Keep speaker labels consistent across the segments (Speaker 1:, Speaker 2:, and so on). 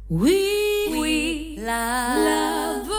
Speaker 1: We love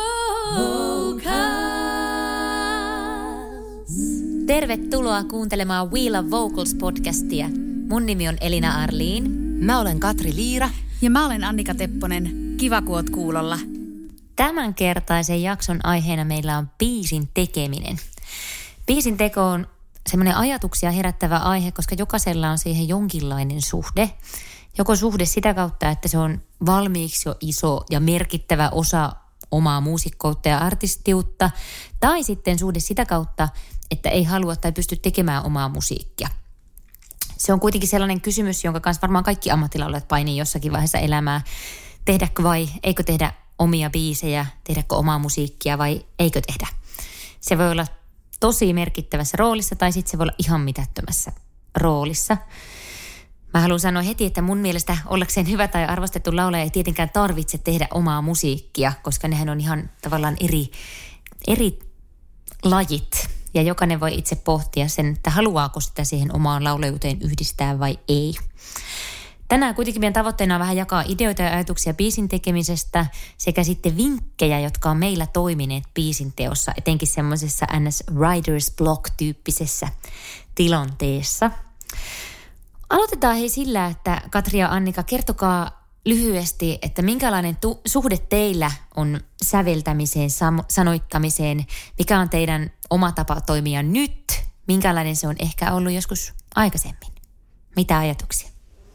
Speaker 1: vocals.
Speaker 2: Tervetuloa kuuntelemaan We Love Vocals-podcastia. Mun nimi on Elina Arliin.
Speaker 3: Mä olen Katri Liira.
Speaker 1: Ja mä olen Annika Tepponen. Kiva, kun oot kuulolla.
Speaker 2: Tämänkertaisen jakson aiheena meillä on biisin tekeminen. Biisin teko on semmoinen ajatuksia herättävä aihe, koska jokaisella on siihen jonkinlainen suhde. Joko suhde sitä kautta, että se on valmiiksi jo iso ja merkittävä osa omaa muusikkoutta ja artistiutta, tai sitten suhde sitä kautta, että ei halua tai pysty tekemään omaa musiikkia. Se on kuitenkin sellainen kysymys, jonka kanssa varmaan kaikki ammattilaulijat painii jossakin vaiheessa elämää. Tehdäkö vai eikö tehdä omia biisejä, tehdäkö omaa musiikkia vai eikö tehdä. Se voi olla tosi merkittävässä roolissa tai sitten se voi olla ihan mitättömässä roolissa. Mä haluan sanoa heti, että mun mielestä ollakseen hyvä tai arvostettu laulaja ei tietenkään tarvitse tehdä omaa musiikkia, koska nehän on ihan tavallaan eri lajit. Ja jokainen voi itse pohtia sen, että haluaako sitä siihen omaan laulajuuteen yhdistää vai ei. Tänään kuitenkin meidän tavoitteena on vähän jakaa ideoita ja ajatuksia biisin tekemisestä sekä sitten vinkkejä, jotka on meillä toimineet biisin teossa, etenkin semmoisessa NS Writer's Block-tyyppisessä tilanteessa. Aloitetaan hei sillä, että Katri ja Annika, kertokaa lyhyesti, että minkälainen suhde teillä on säveltämiseen, sanoittamiseen, mikä on teidän oma tapa toimia nyt, minkälainen se on ehkä ollut joskus aikaisemmin. Mitä ajatuksia?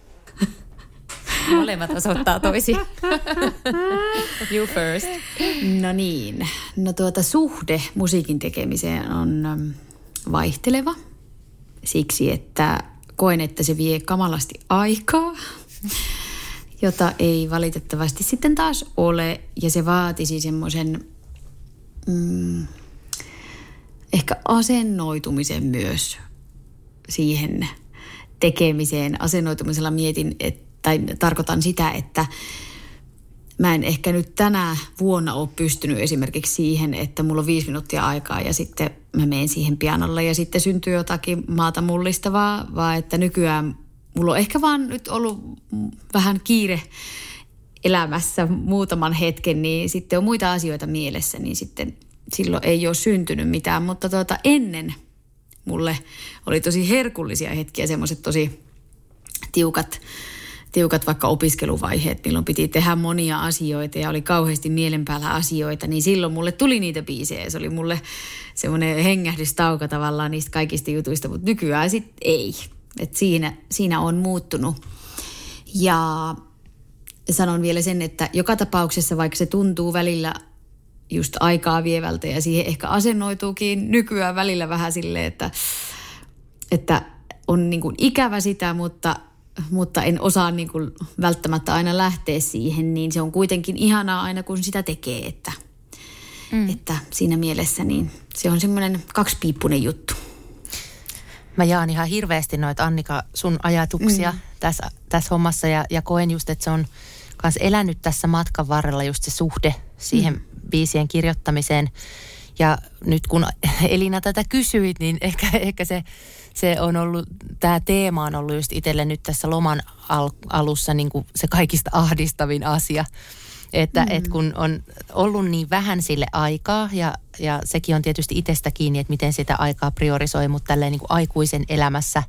Speaker 2: Molemmat osoittaa toisiaan. You first.
Speaker 1: No niin. Suhde musiikin tekemiseen on vaihteleva siksi, että koen, että se vie kamalasti aikaa, jota ei valitettavasti sitten taas ole. Ja se vaatisi semmoisen ehkä asennoitumisen myös siihen tekemiseen. Asennoitumisella mietin, tai tarkoitan sitä, että mä en ehkä nyt tänä vuonna ole pystynyt esimerkiksi siihen, että mulla on 5 minuuttia aikaa ja sitten mä menen siihen pianolle ja sitten syntyy jotakin maata mullistavaa, vaan että nykyään mulla on ehkä vaan nyt ollut vähän kiire elämässä muutaman hetken, niin sitten on muita asioita mielessä, niin sitten silloin ei ole syntynyt mitään, mutta ennen mulle oli tosi herkullisia hetkiä, semmoiset tosi tiukat vaikka opiskeluvaiheet, milloin piti tehdä monia asioita ja oli kauheasti mielen päällä asioita, niin silloin mulle tuli niitä biisejä. Se oli mulle semmoinen hengähdystauko tavallaan niistä kaikista jutuista, mutta nykyään sitten ei. Et siinä on muuttunut. Ja sanon vielä sen, että joka tapauksessa, vaikka se tuntuu välillä just aikaa vievältä ja siihen ehkä asennoituukin nykyään välillä vähän silleen, että on niin kuin ikävä sitä, mutta en osaa niin kuin välttämättä aina lähteä siihen, niin se on kuitenkin ihanaa aina, kun sitä tekee, että siinä mielessä niin se on semmoinen kaksipiippunen juttu.
Speaker 3: Mä jaan ihan hirveästi noita, Annika, sun ajatuksia tässä hommassa ja koen just, että se on kans elänyt tässä matkan varrella just se suhde siihen biisien kirjoittamiseen. Ja nyt kun Elina tätä kysyit, niin ehkä se on ollut, tämä teema on ollut just itselle nyt tässä loman alussa niin kuin se kaikista ahdistavin asia. Että kun on ollut niin vähän sille aikaa ja sekin on tietysti itsestä kiinni, että miten sitä aikaa priorisoi, mutta tälleen niin kuin aikuisen elämässä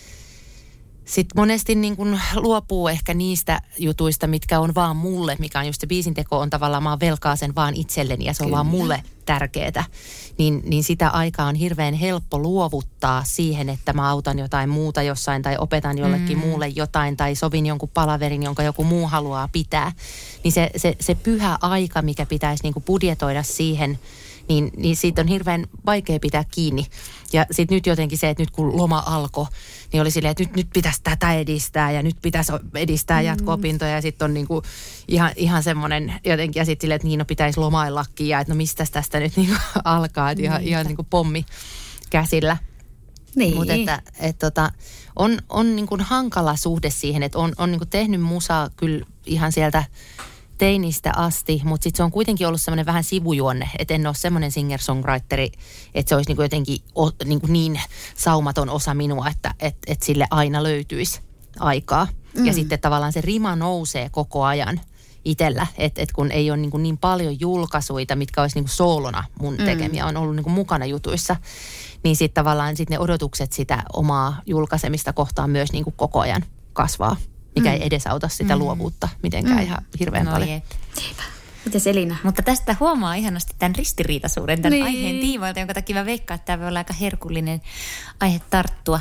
Speaker 3: sitten monesti niin kuin luopuu ehkä niistä jutuista, mitkä on vaan mulle, mikä on just se biisinteko on tavallaan, mä oon velkaa sen vaan itselleni ja se on vaan mulle tärkeetä. Niin sitä aikaa on hirveän helppo luovuttaa siihen, että mä autan jotain muuta jossain tai opetan jollekin muulle jotain tai sovin jonkun palaverin, jonka joku muu haluaa pitää. Niin se pyhä aika, mikä pitäisi niin kuin budjetoida siihen, niin siitä on hirveän vaikea pitää kiinni. Ja sitten nyt jotenkin se, että nyt kun loma alkoi, niin oli silleen, että nyt pitäisi tätä edistää ja nyt pitäisi edistää jatko-opintoja. Ja sitten on niinku ihan semmoinen jotenkin, ja sitten silleen, että niin no pitäisi lomaillakin ja että no mistäs tästä nyt niinku alkaa. Että ihan niinku pommi käsillä.
Speaker 1: Niin.
Speaker 3: Mutta että on niinku hankala suhde siihen, että on niinku tehnyt musaa kyllä ihan sieltä teinistä asti, mutta sitten se on kuitenkin ollut semmoinen vähän sivujuonne, että en ole semmoinen singer-songwriteri, että se olisi niinku jotenkin niin saumaton osa minua, että sille aina löytyisi aikaa. Ja sitten tavallaan se rima nousee koko ajan itsellä, että kun ei ole niin paljon julkaisuita, mitkä olisi niin kuin soolona mun tekemiä, on ollut niin kuin mukana jutuissa, niin sitten tavallaan ne odotukset sitä omaa julkaisemista kohtaan myös niin kuin koko ajan kasvaa, mikä ei edesauta sitä luovuutta mitenkään ihan hirveän paljon.
Speaker 1: Mites Elina?
Speaker 2: Mutta tästä huomaa ihanasti tämän ristiriitaisuuden tämän aiheen tiimoilta, jonka takia mä veikkaan, että tämä voi olla aika herkullinen aihe tarttua.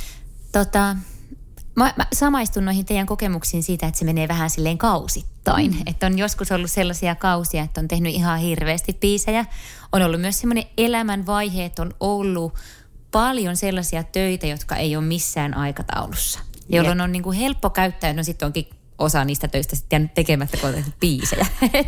Speaker 2: Mä samaistun noihin teidän kokemuksiin siitä, että se menee vähän silleen kausittain. Että on joskus ollut sellaisia kausia, että on tehnyt ihan hirveästi biisejä. On ollut myös semmoinen elämänvaihe, että on ollut paljon sellaisia töitä, jotka ei ole missään aikataulussa. Jolloin on niin kuin helppo käyttää, no sitten onkin osa niistä töistä sitten jäänyt tekemättä, kun on tehty biisejä.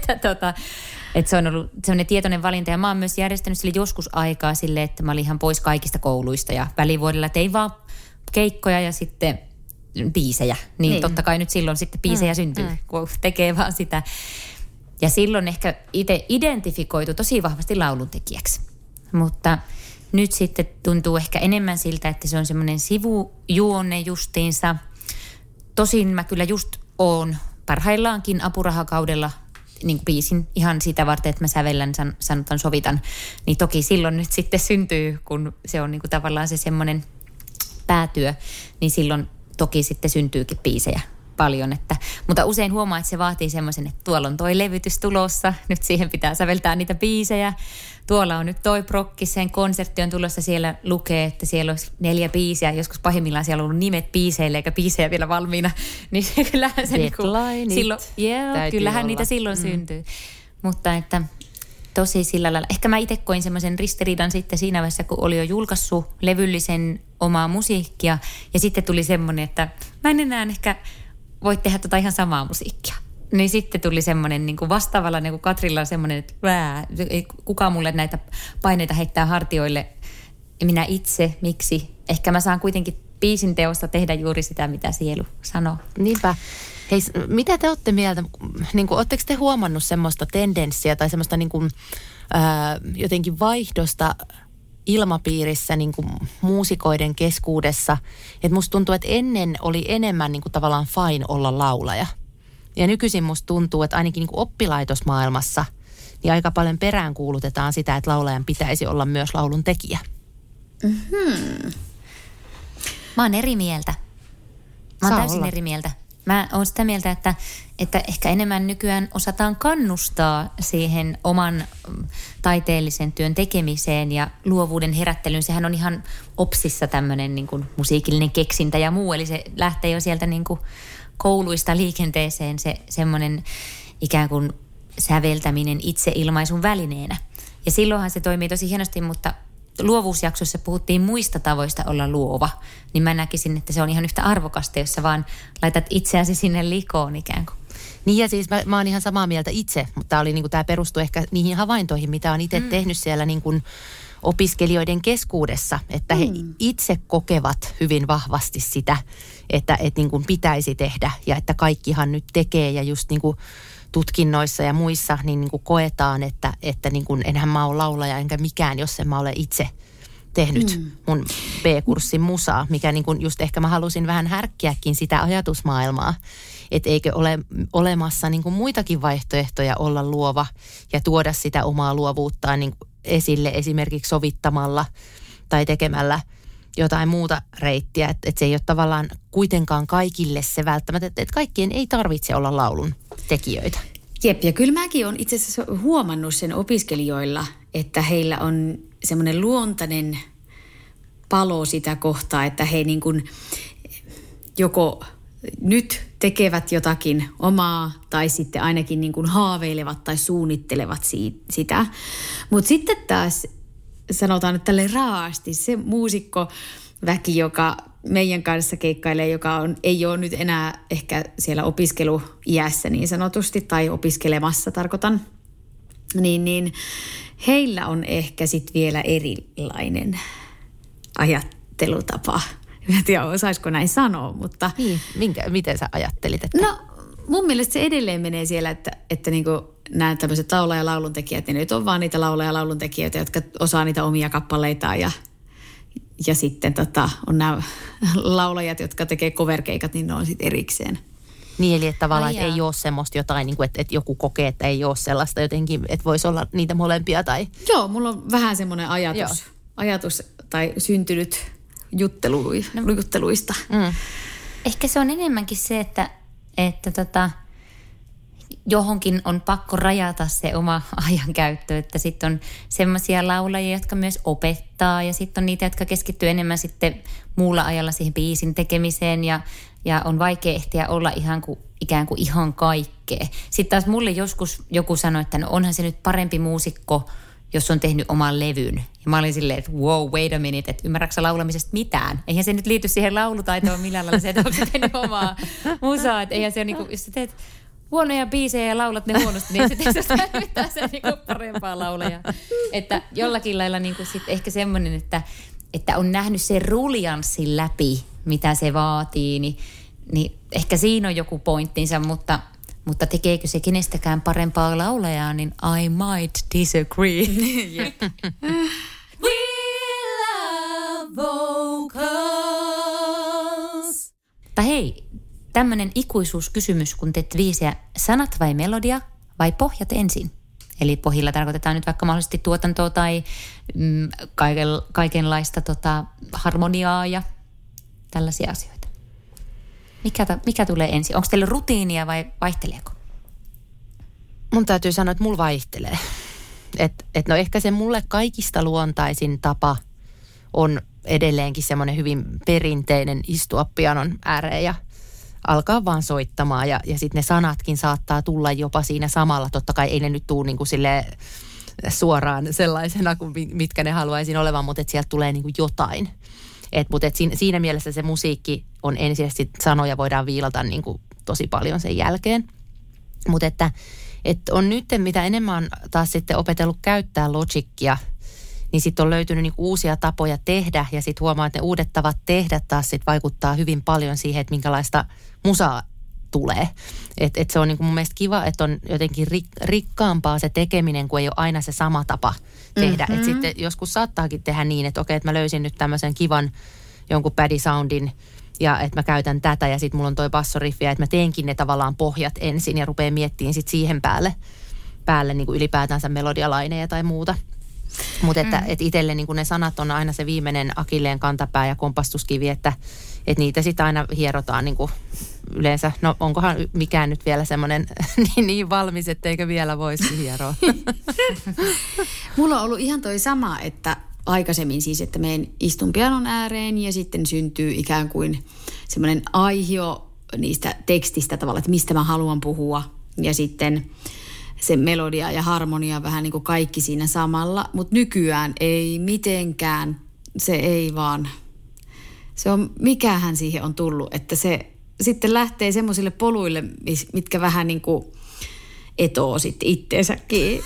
Speaker 2: Että se on ollut semmoinen tietoinen valinta. Ja mä oon myös järjestänyt sille joskus aikaa sille, että mä olin ihan pois kaikista kouluista. Ja välivuodella tein vaan keikkoja ja sitten biisejä. Niin totta kai nyt silloin sitten biisejä syntyy, kun tekee vaan sitä. Ja silloin ehkä itse identifikoitu tosi vahvasti lauluntekijäksi. Mutta nyt sitten tuntuu ehkä enemmän siltä, että se on semmoinen sivujuonne justiinsa. Tosin mä kyllä just oon parhaillaankin apurahakaudella niin kuin biisin ihan sitä varten, että mä sävellän, sanotan, sovitan. Niin toki silloin nyt sitten syntyy, kun se on niin kuin tavallaan se semmoinen päätyö, niin silloin toki sitten syntyykin biisejä paljon. Mutta usein huomaa, että se vaatii semmoisen, että tuolla on toi levytys tulossa, nyt siihen pitää säveltää niitä biisejä. Tuolla on nyt toi prokki, sen konsertti on tulossa, siellä lukee, että siellä olisi 4 biisiä. Joskus pahimmillaan siellä on ollut nimet biiseille, eikä biisejä vielä valmiina. Niin kyllähän se silloin, kyllähän niitä silloin syntyy. Mutta että tosi sillä lailla. Ehkä mä itse koin semmoisen ristiriidan sitten siinä vaiheessa, kun oli jo julkaissut levyllisen omaa musiikkia. Ja sitten tuli semmoinen, että mä en enää ehkä voi tehdä ihan samaa musiikkia. Niin sitten tuli semmoinen niin kuin vastaavalla, niin kuin Katrilla on semmoinen, että ei kukaan mulle näitä paineita heittää hartioille. Minä itse, miksi? Ehkä mä saan kuitenkin biisin teosta tehdä juuri sitä, mitä sielu sanoo.
Speaker 3: Niinpä. Hei, mitä te olette mieltä? Niin kuin, ootteko te huomannut semmoista tendenssiä tai semmoista niin kuin, jotenkin vaihdosta ilmapiirissä niin kuin muusikoiden keskuudessa? Että musta tuntuu, että ennen oli enemmän niin kuin tavallaan fine olla laulaja. Ja nykyisin musta tuntuu, että ainakin niin kuin oppilaitosmaailmassa niin aika paljon peräänkuulutetaan sitä, että laulajan pitäisi olla myös laulun tekijä.
Speaker 2: Mä oon eri mieltä. Mä oon täysin eri mieltä. Mä oon sitä mieltä, että ehkä enemmän nykyään osataan kannustaa siihen oman taiteellisen työn tekemiseen ja luovuuden herättelyyn. Sehän on ihan opsissa tämmöinen niin kuin musiikillinen keksintä ja muu. Eli se lähtee jo sieltä niin kuin kouluista liikenteeseen se semmoinen ikään kuin säveltäminen itseilmaisun välineenä. Ja silloinhan se toimii tosi hienosti, mutta luovuusjaksossa puhuttiin muista tavoista olla luova. Niin mä näkisin, että se on ihan yhtä arvokasta, jos sä vaan laitat itseäsi sinne likoon ikään kuin.
Speaker 3: Niin ja siis mä oon ihan samaa mieltä itse, mutta tämä perustuu ehkä niihin havaintoihin, mitä on itse tehnyt siellä niin kuin opiskelijoiden keskuudessa, että he itse kokevat hyvin vahvasti sitä, että niin kuin pitäisi tehdä ja että kaikkihan nyt tekee ja just niin kuin tutkinnoissa ja muissa niin kuin koetaan, että niin kuin enhän mä ole laulaja enkä mikään, jos en mä ole itse tehnyt mun B-kurssin musaa, mikä niin kuin just ehkä mä halusin vähän härkkiäkin sitä ajatusmaailmaa, että eikö ole olemassa niin kuin muitakin vaihtoehtoja olla luova ja tuoda sitä omaa luovuuttaan niin kuin esille esimerkiksi sovittamalla tai tekemällä jotain muuta reittiä, että se ei ole tavallaan kuitenkaan kaikille se välttämättä, että kaikkien ei tarvitse olla laulun tekijöitä.
Speaker 1: Jep, ja kyllä mäkin olen itse asiassa huomannut sen opiskelijoilla, että heillä on semmoinen luontainen palo sitä kohtaa, että he niin kuin joko nyt tekevät jotakin omaa tai sitten ainakin niin kuin haaveilevat tai suunnittelevat sitä. Mutta sitten taas sanotaan nyt tälleen raasti se muusikkoväki, joka meidän kanssa keikkailee, joka ei ole nyt enää ehkä siellä opiskeluiässä niin sanotusti tai opiskelemassa tarkoitan, niin heillä on ehkä sitten vielä erilainen ajattelutapa. En tiedä, osaisiko näin sanoa, mutta...
Speaker 3: Niin, miten sä ajattelit? Että...
Speaker 1: No, mun mielestä se edelleen menee siellä, että niinku nämä tämmöiset laulaja- ja lauluntekijät, niin nyt on vaan niitä laulaja- ja lauluntekijöitä, jotka osaa niitä omia kappaleitaan ja sitten on nämä laulajat, jotka tekee coverkeikat, niin ne on sitten erikseen.
Speaker 3: Niin, eli että tavallaan että ei ole semmoista jotain, niin kuin, että joku kokee, että ei ole sellaista jotenkin, että voisi olla niitä molempia tai...
Speaker 1: Joo, mulla on vähän semmoinen ajatus tai syntynyt jutteluista.
Speaker 2: Ehkä se on enemmänkin se, että johonkin on pakko rajata se oma ajankäyttö, että sitten on semmoisia laulajia, jotka myös opettaa ja sitten on niitä, jotka keskittyy enemmän sitten muulla ajalla siihen biisin tekemiseen ja on vaikea ehtiä olla ikään kuin ihan kaikkea. Sitten taas mulle joskus joku sanoi, että no onhan se nyt parempi muusikko, jos on tehnyt oman levyn. Ja mä olin silleen, että wow, wait a minute, että ymmärrätkö sä laulamisesta mitään? Eihän se nyt liity siihen laulutaitoon millään lailla se, että onko sä tehnyt omaa musaa. Että eihän se ole niin kuin, jos sä teet huonoja biisejä ja laulat ne huonosti, niin sitten ei se mitään se niin kuin parempaa laulajaa. Että jollakin lailla niin kuin sit ehkä semmoinen, että on nähnyt sen ruljanssin läpi, mitä se vaatii, niin ehkä siinä on joku pointtinsa, mutta tekeekö se kenestäkään parempaa laulajaa, niin I might disagree. We love vocals. Tai hei, tämmöinen ikuisuuskysymys, kun teet biisiä, sanat vai melodia vai pohjat ensin? Eli pohjilla tarkoitetaan nyt vaikka mahdollisesti tuotantoa tai kaikenlaista harmoniaa ja tällaisia asioita. Mikä tulee ensin? Onko teillä rutiinia vai vaihteleeko?
Speaker 3: Mun täytyy sanoa, että mulla vaihtelee. No ehkä se mulle kaikista luontaisin tapa on edelleenkin semmoinen hyvin perinteinen istua pianon ääreen ja alkaa vaan soittamaan. Ja sitten ne sanatkin saattaa tulla jopa siinä samalla. Totta kai ei ne nyt tule niin kuin silleen suoraan sellaisena kuin mitkä ne haluaisin olevan, mutta sieltä tulee niin kuin jotain. Mutta siinä mielessä se musiikki on ensisijaisesti, sanoja voidaan viilata niin kuin tosi paljon sen jälkeen. Mutta että on nyt, mitä enemmän on taas sitten opetellut käyttää Logicia, niin sitten on löytynyt niin kuin uusia tapoja tehdä ja sitten huomaa, että ne uudet tavat tehdä taas sitten vaikuttaa hyvin paljon siihen, että minkälaista musaa tulee. Et se on niin kuin mun mielestä kiva, että on jotenkin rikkaampaa se tekeminen, kun ei ole aina se sama tapa tehdä. Että sitten joskus saattaakin tehdä niin, että okei, että mä löysin nyt tämmöisen kivan jonkun paddy soundin ja että mä käytän tätä ja sitten mulla on toi bassoriffi ja että mä teenkin ne tavallaan pohjat ensin ja rupean miettimään sitten siihen päälle niin kuin ylipäätänsä melodialaineja tai muuta. Mutta että itselle niin kuin ne sanat on aina se viimeinen akilleen kantapää ja kompastuskivi, että niitä sitten aina hierotaan niin kuin yleensä. No onkohan mikään nyt vielä semmoinen niin valmis, etteikö vielä voisi hieroa.
Speaker 1: Mulla on ollut ihan toi sama, että aikaisemmin siis, että menen istun pianon ääreen ja sitten syntyy ikään kuin semmoinen aihio niistä tekstistä tavallaan, että mistä mä haluan puhua ja sitten se melodia ja harmonia vähän niin kuin kaikki siinä samalla, mutta nykyään ei mitenkään, se ei vaan, se on, mikähän siihen on tullut, että se sitten lähtee semmoisille poluille, mitkä vähän niin kuin etoo sitten itteensäkin.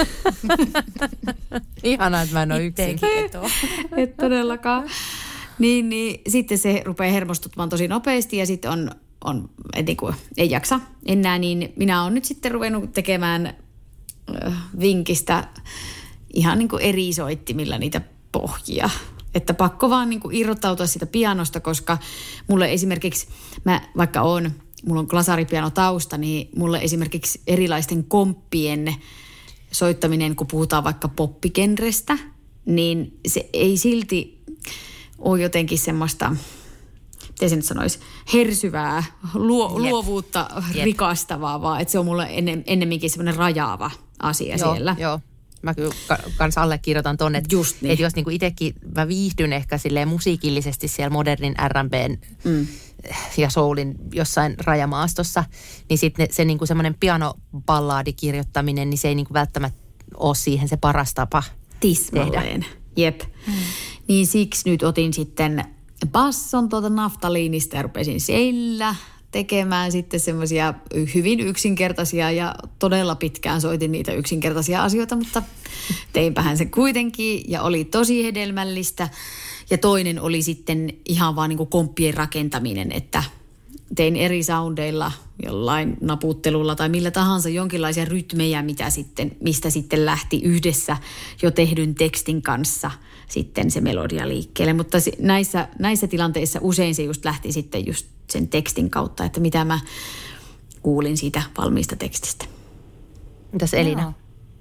Speaker 3: Ihanaa, että mä en ole yksin.
Speaker 1: Et todellakaan. Niin, sitten se rupeaa hermostuttamaan tosi nopeasti ja sitten on niin kuin, ei jaksa enää, niin minä olen nyt sitten ruvennut tekemään vinkistä ihan niin kuin eri soittimilla niitä pohjia. Että pakko vaan niin kuin irrottautua siitä pianosta, koska mulle esimerkiksi, mulla on glasaripiano tausta, niin mulle esimerkiksi erilaisten komppien soittaminen, kun puhutaan vaikka poppigenrestä, niin se ei silti ole jotenkin semmoista, miten se nyt sanoisi, hersyvää, luovuutta rikastavaa, vaan että se on mulle ennemminkin semmoinen rajaava asia siellä.
Speaker 3: Joo. Mä kyllä kanssa allekirjoitan ton, että niin. Jos niinku itsekin mä viihdyn ehkä silleen musiikillisesti siellä modernin R&B:n ja soulin jossain rajamaastossa, niin sitten se niinku semmoinen pianoballaadikirjoittaminen, niin se ei niinku välttämättä ole siihen se paras tapa
Speaker 1: tismalleen. Jep. Niin siksi nyt otin sitten basson naftaliinista ja rupesin siellä tekemään sitten semmoisia hyvin yksinkertaisia ja todella pitkään soitin niitä yksinkertaisia asioita, mutta teinpähän se kuitenkin ja oli tosi hedelmällistä. Ja toinen oli sitten ihan vaan niin kuin komppien rakentaminen, että tein eri soundeilla, jollain naputtelulla tai millä tahansa jonkinlaisia rytmejä, mistä sitten lähti yhdessä jo tehdyn tekstin kanssa sitten se melodia liikkeelle. Mutta näissä tilanteissa usein se just lähti sitten just sen tekstin kautta, että mitä mä kuulin siitä valmiista tekstistä.
Speaker 3: Mitäs Elina?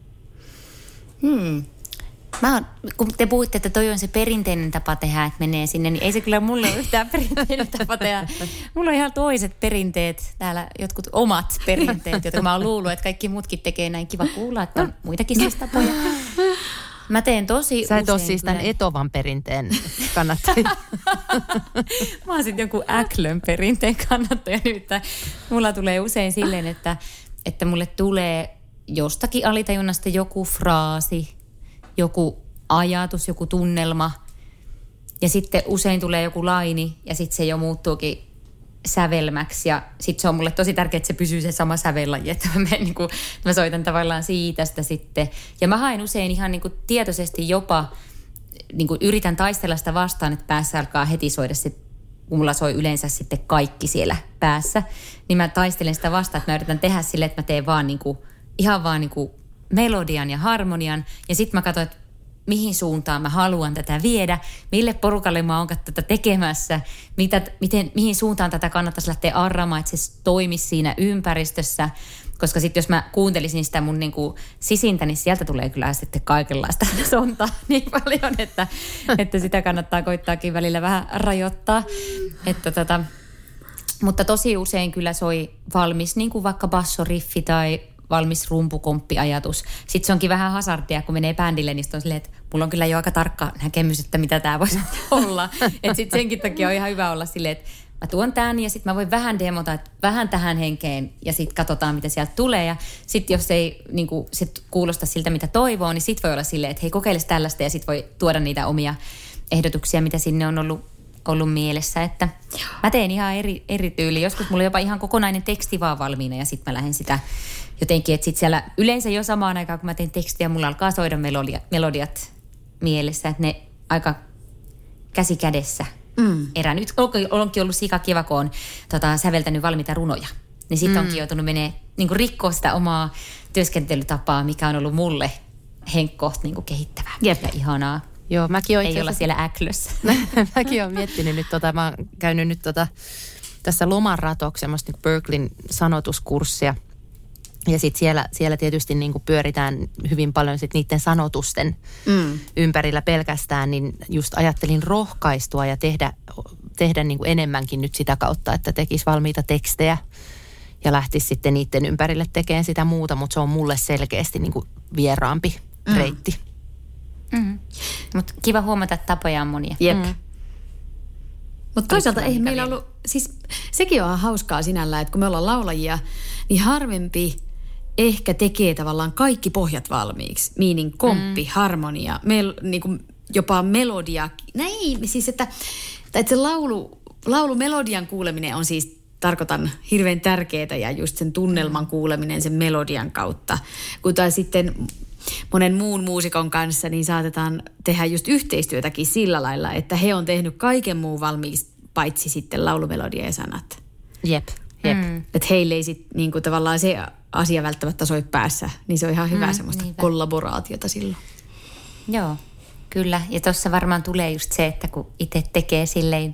Speaker 2: Kun te puhuitte, että toi on se perinteinen tapa tehdä, että menee sinne, niin ei se kyllä mulle ole yhtään perinteinen tapa tehdä. Mulla on ihan toiset perinteet, täällä jotkut omat perinteet, joita mä oon luullut, että kaikki muutkin tekee näin. Kiva kuulla, että on muitakin siis tapoja. Mä teen tosi usein.
Speaker 3: Sä et ole siis tämän etovan perinteen kannattaja.
Speaker 2: Mä oon sitten joku Äklön perinteen kannattaja nyt. Mulla tulee usein silleen, että mulle tulee jostakin alitajunnasta joku fraasi, joku ajatus, joku tunnelma. Ja sitten usein tulee joku laini ja sitten se jo muuttuukin sävelmäksi. Ja sitten se on mulle tosi tärkeää, että se pysyy se sama sävellaji. Että mä soitan tavallaan siitä sitä sitten. Ja mä haen usein ihan niin kuin tietoisesti jopa, niin kuin yritän taistella sitä vastaan, että päässä alkaa heti soida se, kun mulla soi yleensä sitten kaikki siellä päässä. Niin mä taistelen sitä vastaan, että mä yritän tehdä silleen, että mä teen vaan niin kuin, ihan vaan niin kuin melodian ja harmonian. Ja sitten mä katson, että mihin suuntaan mä haluan tätä viedä, mille porukalle mä oon tätä tekemässä, mihin suuntaan tätä kannattaisi lähteä arraamaan, että se toimisi siinä ympäristössä. Koska sitten jos mä kuuntelisin sitä mun niinku sisintä, niin sieltä tulee kyllä sitten kaikenlaista sontaa niin paljon, että sitä kannattaa koittaakin välillä vähän rajoittaa. Mutta tosi usein kyllä soi valmis, niin kuin vaikka bassoriffi tai valmis rumpukomppiajatus. Sitten se onkin vähän hazardia, kun menee bändille, niin on silleen, että mulla on kyllä jo aika tarkka näkemys, että mitä tämä voisi olla. Että sitten senkin takia on ihan hyvä olla silleen, että mä tuon tämän ja sitten mä voin vähän demota, että vähän tähän henkeen ja sitten katsotaan, mitä sieltä tulee. Ja sitten jos ei niin kuin, sit kuulosta siltä, mitä toivoo, niin sitten voi olla silleen, että hei, kokeilisi tällaista ja sitten voi tuoda niitä omia ehdotuksia, mitä sinne on ollut mielessä. Että mä teen ihan eri tyyliä. Joskus mulla on jopa ihan kokonainen teksti vaan valmiina ja sitten mä lähden sitä jotenkin, että sitten siellä yleensä jo samaan aikaan, kun mä teen tekstiä, mulla alkaa soida melodiat mielessä, että ne aika käsi kädessä erää. Nyt onkin ollut sikakiva, kun on säveltänyt valmiita runoja. Niin sitten onkin joutunut menee niin rikkoa sitä omaa työskentelytapaa, mikä on ollut mulle henkkoht niin kehittävää ja ihanaa.
Speaker 3: Joo, mäkin olen
Speaker 2: ei olla siellä Äklössä.
Speaker 3: Mäkin olen miettinyt nyt, mä oon käynyt nyt tässä loman ratoksi semmoista niin Berkeleyn sanotuskurssia. Ja sitten siellä tietysti niin kuin pyöritään hyvin paljon sit niiden sanotusten ympärillä pelkästään, niin just ajattelin rohkaistua ja tehdä niin kuin enemmänkin nyt sitä kautta, että tekisi valmiita tekstejä ja lähtisi sitten niiden ympärille tekemään sitä muuta, mutta se on mulle selkeästi niin kuin vieraampi reitti.
Speaker 2: Mutta kiva huomata, että tapoja on monia.
Speaker 1: Jep. Mutta toisaalta ei meillä ollut, siis sekin on hauskaa sinällään, että kun me ollaan laulajia, niin harvempi ehkä tekee tavallaan kaikki pohjat valmiiksi. Meaning komppi, harmonia, niinku jopa melodia. Näin, siis että se laulumelodian kuuleminen on siis, tarkoitan, hirveän tärkeää ja just sen tunnelman kuuleminen sen melodian kautta. Kun taas sitten monen muun muusikon kanssa, niin saatetaan tehdä just yhteistyötäkin sillä lailla, että he on tehnyt kaiken muun valmiiksi, paitsi sitten laulumelodia ja sanat.
Speaker 3: Jep.
Speaker 1: Että heille ei sitten niinku tavallaan se asia välttämättä soi päässä, niin se on ihan hyvä semmoista kollaboraatiota silloin.
Speaker 2: Joo, kyllä. Ja tuossa varmaan tulee just se, että kun itse tekee silleen,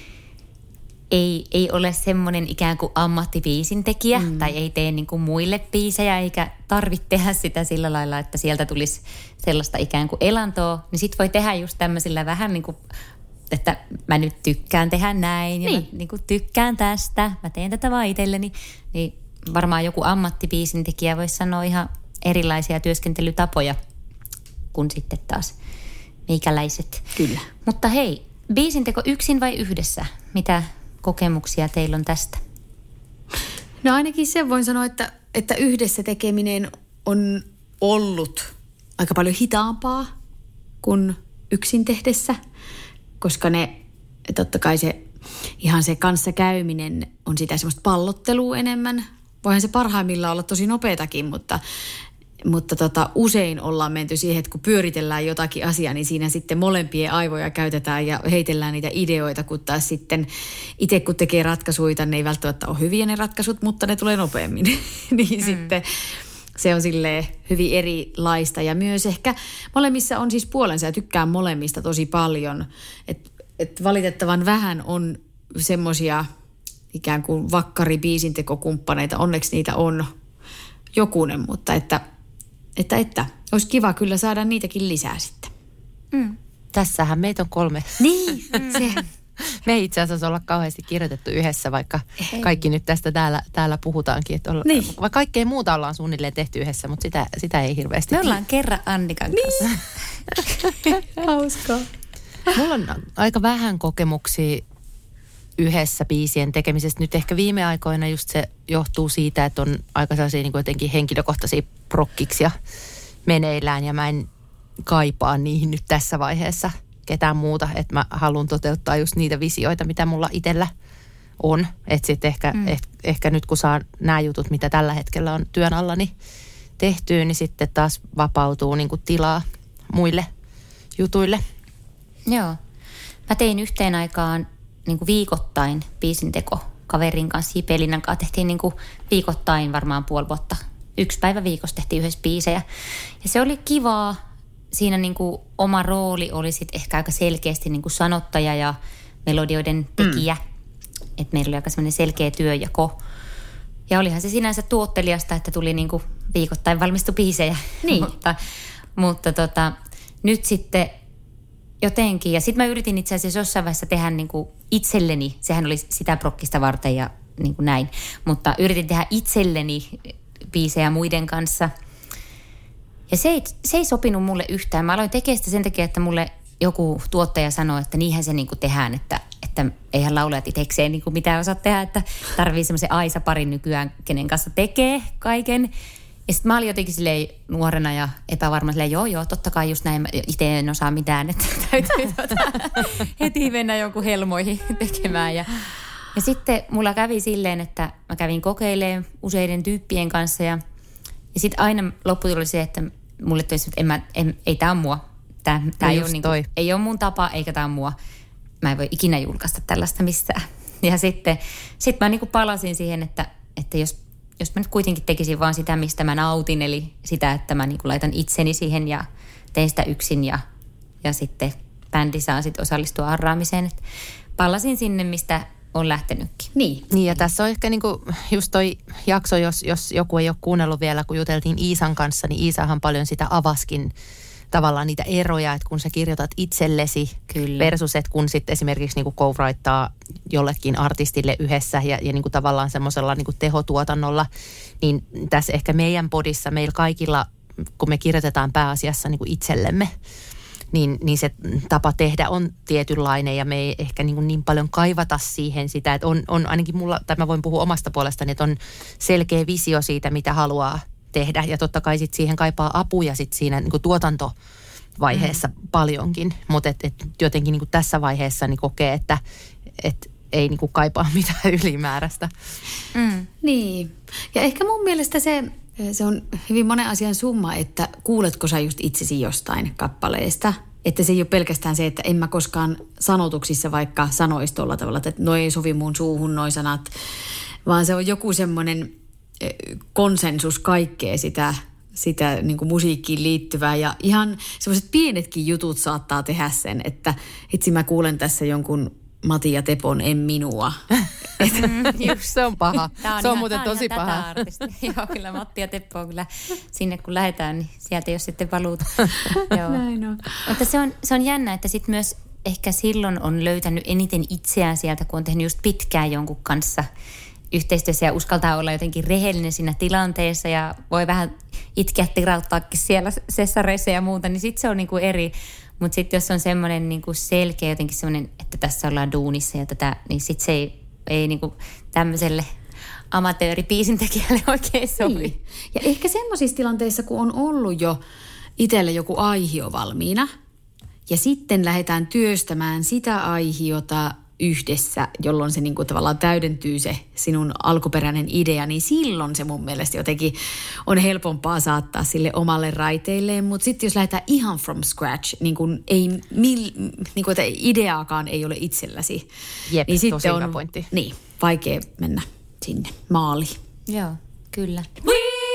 Speaker 2: ei ole semmoinen ikään kuin ammattibiisin tekijä tai ei tee niin kuin muille biisejä eikä tarvitse tehdä sitä sillä lailla, että sieltä tulisi sellaista ikään kuin elantoa, niin sit voi tehdä just tämmöisillä vähän niin kuin, että mä nyt tykkään tehdä näin ja mä niin kuin tykkään tästä, mä teen tätä vaan itselleni, niin varmaan joku ammattibiisin tekijä voisi sanoa ihan erilaisia työskentelytapoja kuin sitten taas meikäläiset.
Speaker 1: Kyllä.
Speaker 2: Mutta hei, biisinteko yksin vai yhdessä? Mitä kokemuksia teillä on tästä?
Speaker 1: No ainakin sen voin sanoa, että yhdessä tekeminen on ollut aika paljon hitaampaa kuin yksin tehdessä, koska totta kai se ihan se kanssakäyminen on sitä semmoista pallottelua enemmän. Voihan se parhaimmillaan olla tosi nopeatakin, mutta usein ollaan menty siihen, että kun pyöritellään jotakin asiaa, niin siinä sitten molempien aivoja käytetään ja heitellään niitä ideoita, kun taas sitten itse kun tekee ratkaisuja, ne ei välttämättä ole hyviä ne ratkaisut, mutta ne tulee nopeammin. Niin sitten se on silleen hyvin erilaista ja myös ehkä molemmissa on siis puolensa ja tykkään molemmista tosi paljon. Et valitettavan vähän on semmoisia ikään kuin vakkari biisintekokumppaneita. Onneksi niitä on jokunen, mutta että olisi kiva kyllä saada niitäkin lisää sitten.
Speaker 3: Tässähän meitä on 3.
Speaker 1: Niin, se.
Speaker 3: Me ei itse asiassa olla kauheasti kirjoitettu yhdessä, vaikka kaikki nyt tästä täällä puhutaankin. Että
Speaker 1: niin.
Speaker 3: Vaikka kaikkea muuta ollaan suunnilleen tehty yhdessä, mutta sitä ei hirveästi.
Speaker 2: Me ollaan kerran Annikan kanssa.
Speaker 1: Niin. Hauskaa.
Speaker 3: Mulla on aika vähän kokemuksia yhdessä biisien tekemisestä. Nyt ehkä viime aikoina just se johtuu siitä, että on aika sellaisia niin kuin jotenkin henkilökohtaisia prokkiksia meneillään ja mä en kaipaa niihin nyt tässä vaiheessa ketään muuta, että mä haluan toteuttaa just niitä visioita, mitä mulla itsellä on. Että sitten ehkä nyt kun saa nämä jutut, mitä tällä hetkellä on työn allani tehtyä, niin sitten taas vapautuu niin kuin tilaa muille jutuille.
Speaker 2: Joo. Mä tein yhteen aikaan niin kuin viikoittain biisinteko kaverin kanssa, J.P. Linnan kanssa. Tehtiin niin kuin viikoittain varmaan puoli vuotta. 1 päivä viikossa tehtiin yhdessä biisejä. Ja se oli kivaa. Siinä niin kuin oma rooli oli sitten ehkä aika selkeästi niin kuin sanottaja ja melodioiden tekijä. Että meillä oli aika semmoinen selkeä työnjako. Ja olihan se sinänsä tuottelijasta, että tuli niin kuin viikoittain valmistu biisejä.
Speaker 1: Niin.
Speaker 2: mutta nyt sitten jotenkin, ja sitten mä yritin itse asiassa jossain vaiheessa tehdä niin kuin itselleni, sehän oli sitä prokkista varten ja niin kuin näin, mutta yritin tehdä itselleni biisejä muiden kanssa. Ja se ei sopinut mulle yhtään. Mä aloin tekemään sitä sen takia, että mulle joku tuottaja sanoi, että niinhän se niin kuin tehdään, että eihän laulajat itsekseen niin kuin mitään osaa tehdä, että tarvii semmoisen Aisa-parin nykyään, kenen kanssa tekee kaiken. Ja sitten mä olin jotenkin silleen nuorena ja epävarma silleen, joo, totta kai just näin, itse en osaa mitään, että täytyy heti mennä jonkun helmoihin tekemään. Ja sitten mulla kävi silleen, että mä kävin kokeilemaan useiden tyyppien kanssa ja sitten aina lopputulos oli se, että mulle tuli, että ei tää on mua. Tää ei ole, niinku, ei ole mun tapa, eikä tää on mua. Mä en voi ikinä julkaista tällaista missään. Ja sitten mä niinku palasin siihen, että jos mä nyt kuitenkin tekisin vaan sitä, mistä mä nautin, eli sitä, että mä niinku laitan itseni siihen ja teen sitä yksin ja sitten bändi saa sitten osallistua arraamiseen. Et palasin sinne, mistä on lähtenytkin.
Speaker 3: Niin ja tässä on ehkä niinku just toi jakso, jos joku ei ole kuunnellut vielä, kun juteltiin Iisan kanssa, niin Iisahan paljon sitä avaskin tavallaan niitä eroja, että kun sä kirjoitat itsellesi versus, että kun sitten esimerkiksi niinku co-writeaa jollekin artistille yhdessä ja niinku tavallaan semmoisella niinku tehotuotannolla, niin tässä ehkä meidän podissa, meillä kaikilla, kun me kirjoitetaan pääasiassa niinku itsellemme, niin se tapa tehdä on tietynlainen ja me ei ehkä niin paljon kaivata siihen sitä, että on ainakin mulla, tai mä voin puhua omasta puolestani, että on selkeä visio siitä, mitä haluaa tehdä ja totta kai sit siihen kaipaa apuja sit siinä niin kuin tuotantovaiheessa paljonkin, mutta et jotenkin niin kuin tässä vaiheessa niin kokee, että ei niin kuin kaipaa mitään ylimääräistä.
Speaker 1: Niin ja ehkä mun mielestä se on hyvin monen asian summa, että kuuletko sä just itsesi jostain kappaleesta. Että se ei ole pelkästään se, että en mä koskaan sanotuksissa vaikka sanoisi tuolla tavalla, että noi ei sovi mun suuhun noi sanat, vaan se on joku semmoinen konsensus kaikkea sitä niin kuin musiikkiin liittyvää. Ja ihan semmoiset pienetkin jutut saattaa tehdä sen, että itse mä kuulen tässä jonkun Mati ja Tepon En minua.
Speaker 3: Se on paha. Se on muuten tosi paha.
Speaker 2: Joo, kyllä Matti ja Teppo on kyllä sinne kun lähdetään, niin sieltä ei ole sitten paluuta. Joo.
Speaker 1: Näin on.
Speaker 2: Mutta se on jännä, että sitten myös ehkä silloin on löytänyt eniten itseään sieltä, kun on tehnyt just pitkään jonkun kanssa yhteistyössä ja uskaltaa olla jotenkin rehellinen siinä tilanteessa ja voi vähän itkeä tirauttaakin siellä sessareissa ja muuta, niin sitten se on niinku eri. Mutta sitten jos on semmoinen niinku selkeä jotenkin semmoinen, että tässä ollaan duunissa ja tätä, niin sitten se ei niinku tämmöiselle amatööribiisintekijälle oikein sovi. Niin.
Speaker 1: Ja ehkä semmoisissa tilanteissa, kun on ollut jo itselle joku aihio valmiina ja sitten lähdetään työstämään sitä aihiota yhdessä, jolloin se niinku tavallaan täydentyy se sinun alkuperäinen idea, niin silloin se mun mielestä jotenkin on helpompaa saattaa sille omalle raiteilleen. Mutta sitten jos lähdetään ihan from scratch, niin kun että ideaakaan ei ole itselläsi,
Speaker 3: Jep,
Speaker 1: niin sitten
Speaker 3: tosi
Speaker 1: on
Speaker 3: hyvä pointti.
Speaker 1: Niin, vaikea mennä sinne maaliin.
Speaker 2: Joo, kyllä.
Speaker 4: We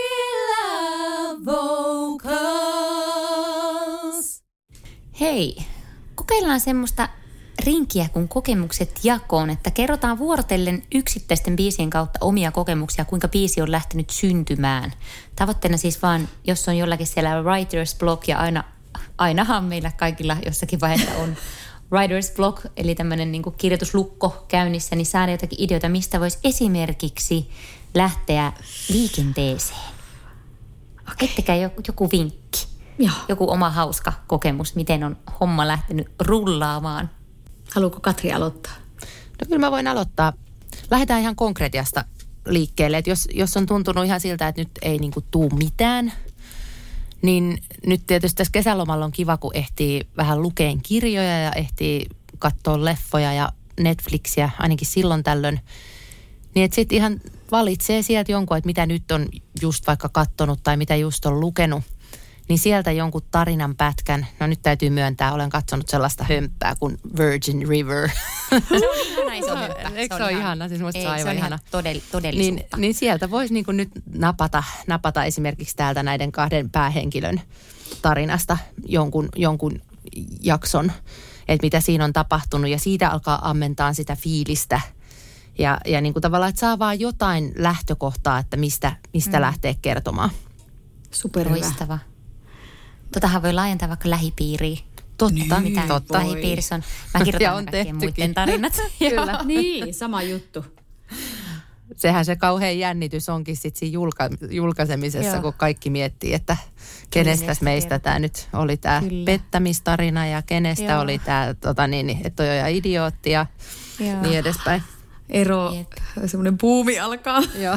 Speaker 4: love vocals.
Speaker 2: Hei, kokeillaan semmoista rinkiä kuin kokemukset jakoon, että kerrotaan vuorotellen yksittäisten biisien kautta omia kokemuksia, kuinka biisi on lähtenyt syntymään. Tavoitteena siis vaan, jos on jollakin siellä writer's block ja ainahan meillä kaikilla jossakin vaiheessa on writer's block, eli tämmöinen niin kuin kirjoituslukko käynnissä, niin saada jotakin ideoita, mistä voisi esimerkiksi lähteä liikenteeseen. Heittäkää joku vinkki, joku oma hauska kokemus, miten on homma lähtenyt rullaamaan.
Speaker 1: Haluatko Katri aloittaa?
Speaker 3: No kyllä mä voin aloittaa. Lähdetään ihan konkretiasta liikkeelle. Että jos on tuntunut ihan siltä, että nyt ei niinku tuu mitään, niin nyt tietysti tässä kesälomalla on kiva, kun ehtii vähän lukeen kirjoja ja ehtii katsoa leffoja ja Netflixiä ainakin silloin tällöin. Niin että sitten ihan valitsee sieltä jonkun, että mitä nyt on just vaikka kattonut tai mitä just on lukenut. Niin sieltä jonkun tarinan pätkän, no nyt täytyy myöntää, olen katsonut sellaista hömppää kuin Virgin River.
Speaker 2: Se on ihana iso hömppä.
Speaker 3: Eikö se ole ihana? Siis musta se on aivan ihana.
Speaker 2: Todellisuutta.
Speaker 3: Niin sieltä voisi niin kuin nyt napata esimerkiksi täältä näiden 2 päähenkilön tarinasta jonkun jakson, että mitä siinä on tapahtunut. Ja siitä alkaa ammentaa sitä fiilistä. Ja niin kuin tavallaan, että saa vaan jotain lähtökohtaa, että mistä lähtee kertomaan.
Speaker 2: Superloistava. Totahan voi laajentaa vaikka lähipiiriin.
Speaker 3: Totta.
Speaker 2: Mitä
Speaker 3: totta.
Speaker 2: Lähipiirissä on. Mä kirjoitan kaikkien muiden tarinat.
Speaker 1: Kyllä. Niin, sama juttu.
Speaker 3: Sehän se kauhean jännitys onkin sitten siinä julkaisemisessa, kun kaikki miettii, että kenestä meistä tämä nyt oli tämä pettämistarina ja kenestä oli tämä, että on jo idiootti ja niin edespäin.
Speaker 1: Semmoinen buumi alkaa.
Speaker 3: Joo,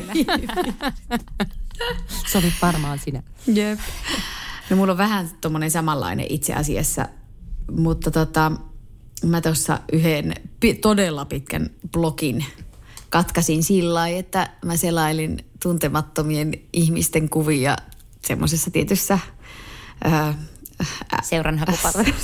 Speaker 3: se oli varmaan sinä.
Speaker 1: Jep. No mulla on vähän tommonen samanlainen itse asiassa, mutta mä tuossa yhden todella pitkän blogin katkasin sillä lailla, että mä selailin tuntemattomien ihmisten kuvia semmoisessa tietyssä
Speaker 3: seuranhakupalvelussa.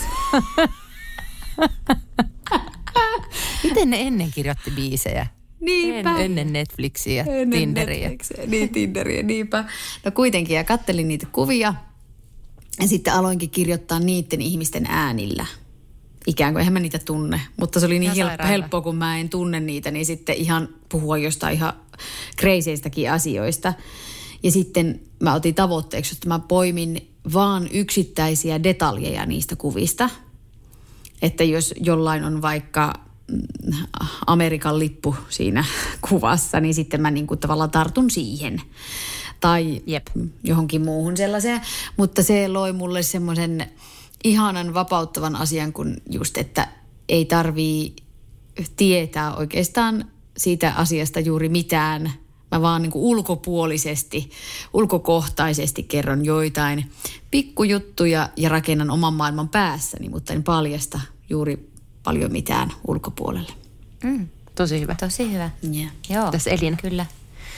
Speaker 3: Miten ne ennen kirjoitti biisejä?
Speaker 1: Niinpä.
Speaker 3: Ennen Netflixiä ja Tinderiä.
Speaker 1: Niin, Tinderiä, niinpä. No kuitenkin, ja kattelin niitä kuvia ja sitten aloinkin kirjoittaa niiden ihmisten äänillä. Ikään kuin eihän mä niitä tunne, mutta se oli niin helppoa, kun mä en tunne niitä, niin sitten ihan puhua jostain ihan kreiseistäkin asioista. Ja sitten mä otin tavoitteeksi, että mä poimin vaan yksittäisiä detaljeja niistä kuvista. Että jos jollain on vaikka Amerikan lippu siinä kuvassa, niin sitten mä niin kuin tavallaan tartun siihen. Tai johonkin muuhun sellaiseen. Mutta se loi mulle semmoisen ihanan vapauttavan asian, kun just, että ei tarvii tietää oikeastaan siitä asiasta juuri mitään. Mä vaan niin kuin ulkokohtaisesti kerron joitain pikkujuttuja ja rakennan oman maailman päässäni, mutta en paljasta juuri paljon mitään ulkopuolelle.
Speaker 3: Tosi hyvä.
Speaker 2: Tosi hyvä.
Speaker 1: Yeah.
Speaker 2: Joo.
Speaker 3: Tässä Elina.
Speaker 2: Kyllä.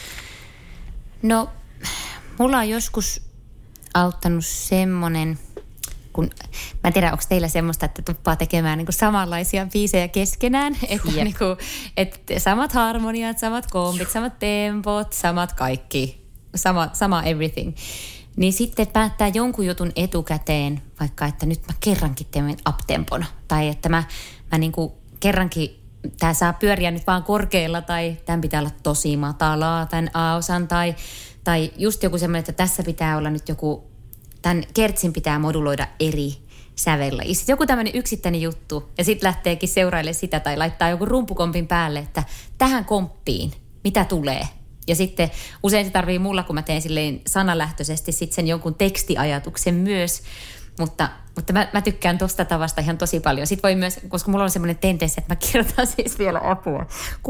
Speaker 2: No, mulla on joskus auttanut semmoinen, kun mä en tiedä, onko teillä semmoista, että tuppaa tekemään niinku samanlaisia biisejä keskenään. Että niinku, samat harmoniat, samat kompit, samat tempot, samat kaikki, sama everything. Niin sitten päättää jonkun jutun etukäteen, vaikka että nyt mä kerrankin teen uptempona. Tai että mä niinku kerrankin, tää saa pyöriä nyt vaan korkealla tai tämän pitää olla tosi matalaa, tämän A-osan. Tai just joku semmoinen, että tässä pitää olla nyt joku, tämän kertsin pitää moduloida eri sävellä. Ja sitten joku tämmöinen yksittäinen juttu ja sitten lähteekin seurailemaan sitä tai laittaa joku rumpukompin päälle, että tähän komppiin, mitä tulee. Ja sitten usein se tarvii mulla, kun mä teen silleen sanalähtöisesti sitten sen jonkun tekstiajatuksen myös. Mutta mä tykkään tosta tavasta ihan tosi paljon. Sitten voi myös, koska mulla on semmoinen tendenssi, että mä kirjoitan siis vielä apua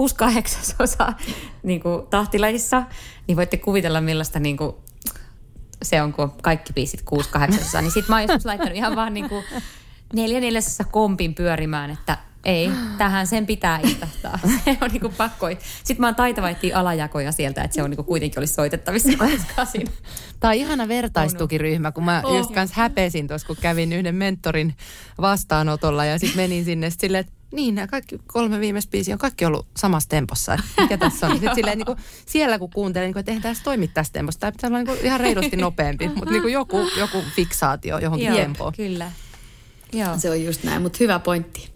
Speaker 2: 6/8 niin kuin tahtilaisissa, niin voitte kuvitella millaista niin kuin se on, kun kaikki biisit 6/8. Niin sit mä oon joskus laittanut ihan vaan niin kuin 4/4 kompin pyörimään, että ei, tähän sen pitää istahtaa. Se on niinku pakko. Sitten mä oon taitava etsiä alajakoja sieltä, että se on niinku kuitenkin olisi soitettavissa.
Speaker 3: Tämä on ihana vertaistukiryhmä, kun mä just kanssa häpesin tuossa, kun kävin yhden mentorin vastaanotolla ja sitten menin sinne silleen, että niin, nämä kaikki 3 viimeistä biisiä on kaikki ollut samassa tempossa. Mikä tässä on? Sitten silleen, niin kuin, siellä kun kuuntelin, niin että eihän tässä toimi tässä tempossa. Tämä pitää olla niin kuin ihan reilusti nopeampi, mutta niin kuin joku fiksaatio johonkin tempoon.
Speaker 2: Kyllä. Joo.
Speaker 1: Se on just näin, mutta hyvä pointti.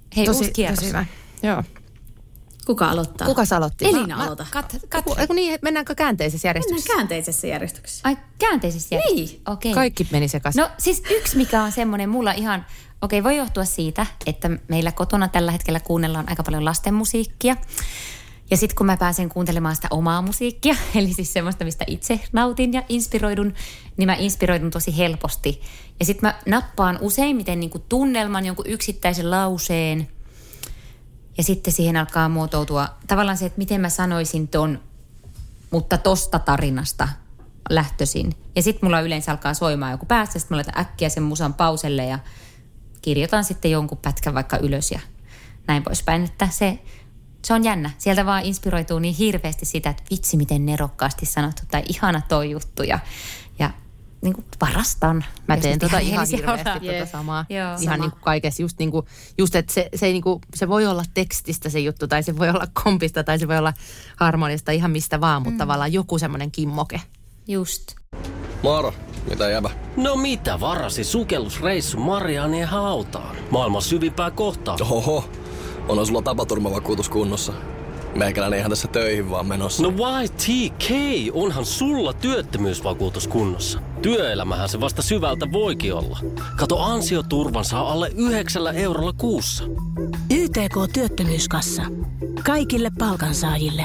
Speaker 2: Hei, uusi kierros.
Speaker 3: Tosi hyvä. Joo.
Speaker 1: Kuka aloittaa?
Speaker 3: Kuka aloitti?
Speaker 1: Elina aloita.
Speaker 3: Niin, mennäänkö käänteisessä järjestyksessä?
Speaker 1: Mennään käänteisessä järjestyksessä.
Speaker 2: Ai, käänteisessä järjestyksessä?
Speaker 1: Niin.
Speaker 2: Okei.
Speaker 3: Kaikki meni sekaisin.
Speaker 2: No siis yksi, mikä on semmoinen mulla ihan, voi johtua siitä, että meillä kotona tällä hetkellä kuunnellaan aika paljon lastenmusiikkia. Ja sitten kun mä pääsen kuuntelemaan sitä omaa musiikkia, eli siis semmoista, mistä itse nautin ja inspiroidun, niin mä inspiroidun tosi helposti. Ja sitten mä nappaan useimmiten niin kuin tunnelman, jonkun yksittäisen lauseen. Ja sitten siihen alkaa muotoutua tavallaan se, että miten mä sanoisin ton, mutta tosta tarinasta lähtöisin. Ja sitten mulla yleensä alkaa soimaan joku päässä, sitten mä laitan äkkiä sen musan pauselle ja kirjoitan sitten jonkun pätkän vaikka ylös ja näin poispäin. Että se on jännä. Sieltä vaan inspiroituu niin hirveästi sitä, että vitsi miten nerokkaasti sanottu tai ihana toi juttu ja niin kuin parastan.
Speaker 3: Mä teen ihan hirveästi samaa.
Speaker 2: Joo,
Speaker 3: ihan
Speaker 2: sama.
Speaker 3: niin kuin kaikessa. Just että se voi olla tekstistä se juttu tai se voi olla kompista tai se voi olla harmonista ihan mistä vaan, mutta tavallaan joku semmoinen kimmoke.
Speaker 2: Just.
Speaker 5: Moro, mitä jäbä?
Speaker 6: No mitä varasi sukellusreissu Marianien hautaan? Maailman syvimpää kohtaa.
Speaker 5: Oho, onhan sulla tapaturmavakuutus kunnossa. Meikäläinen ihan tässä töihin vaan menossa.
Speaker 6: No YTK, onhan sulla työttömyysvakuutus kunnossa. Työelämähän se vasta syvältä voikin olla. Kato, ansioturvan saa alle 9 eurolla kuussa.
Speaker 7: YTK Työttömyyskassa. Kaikille palkansaajille.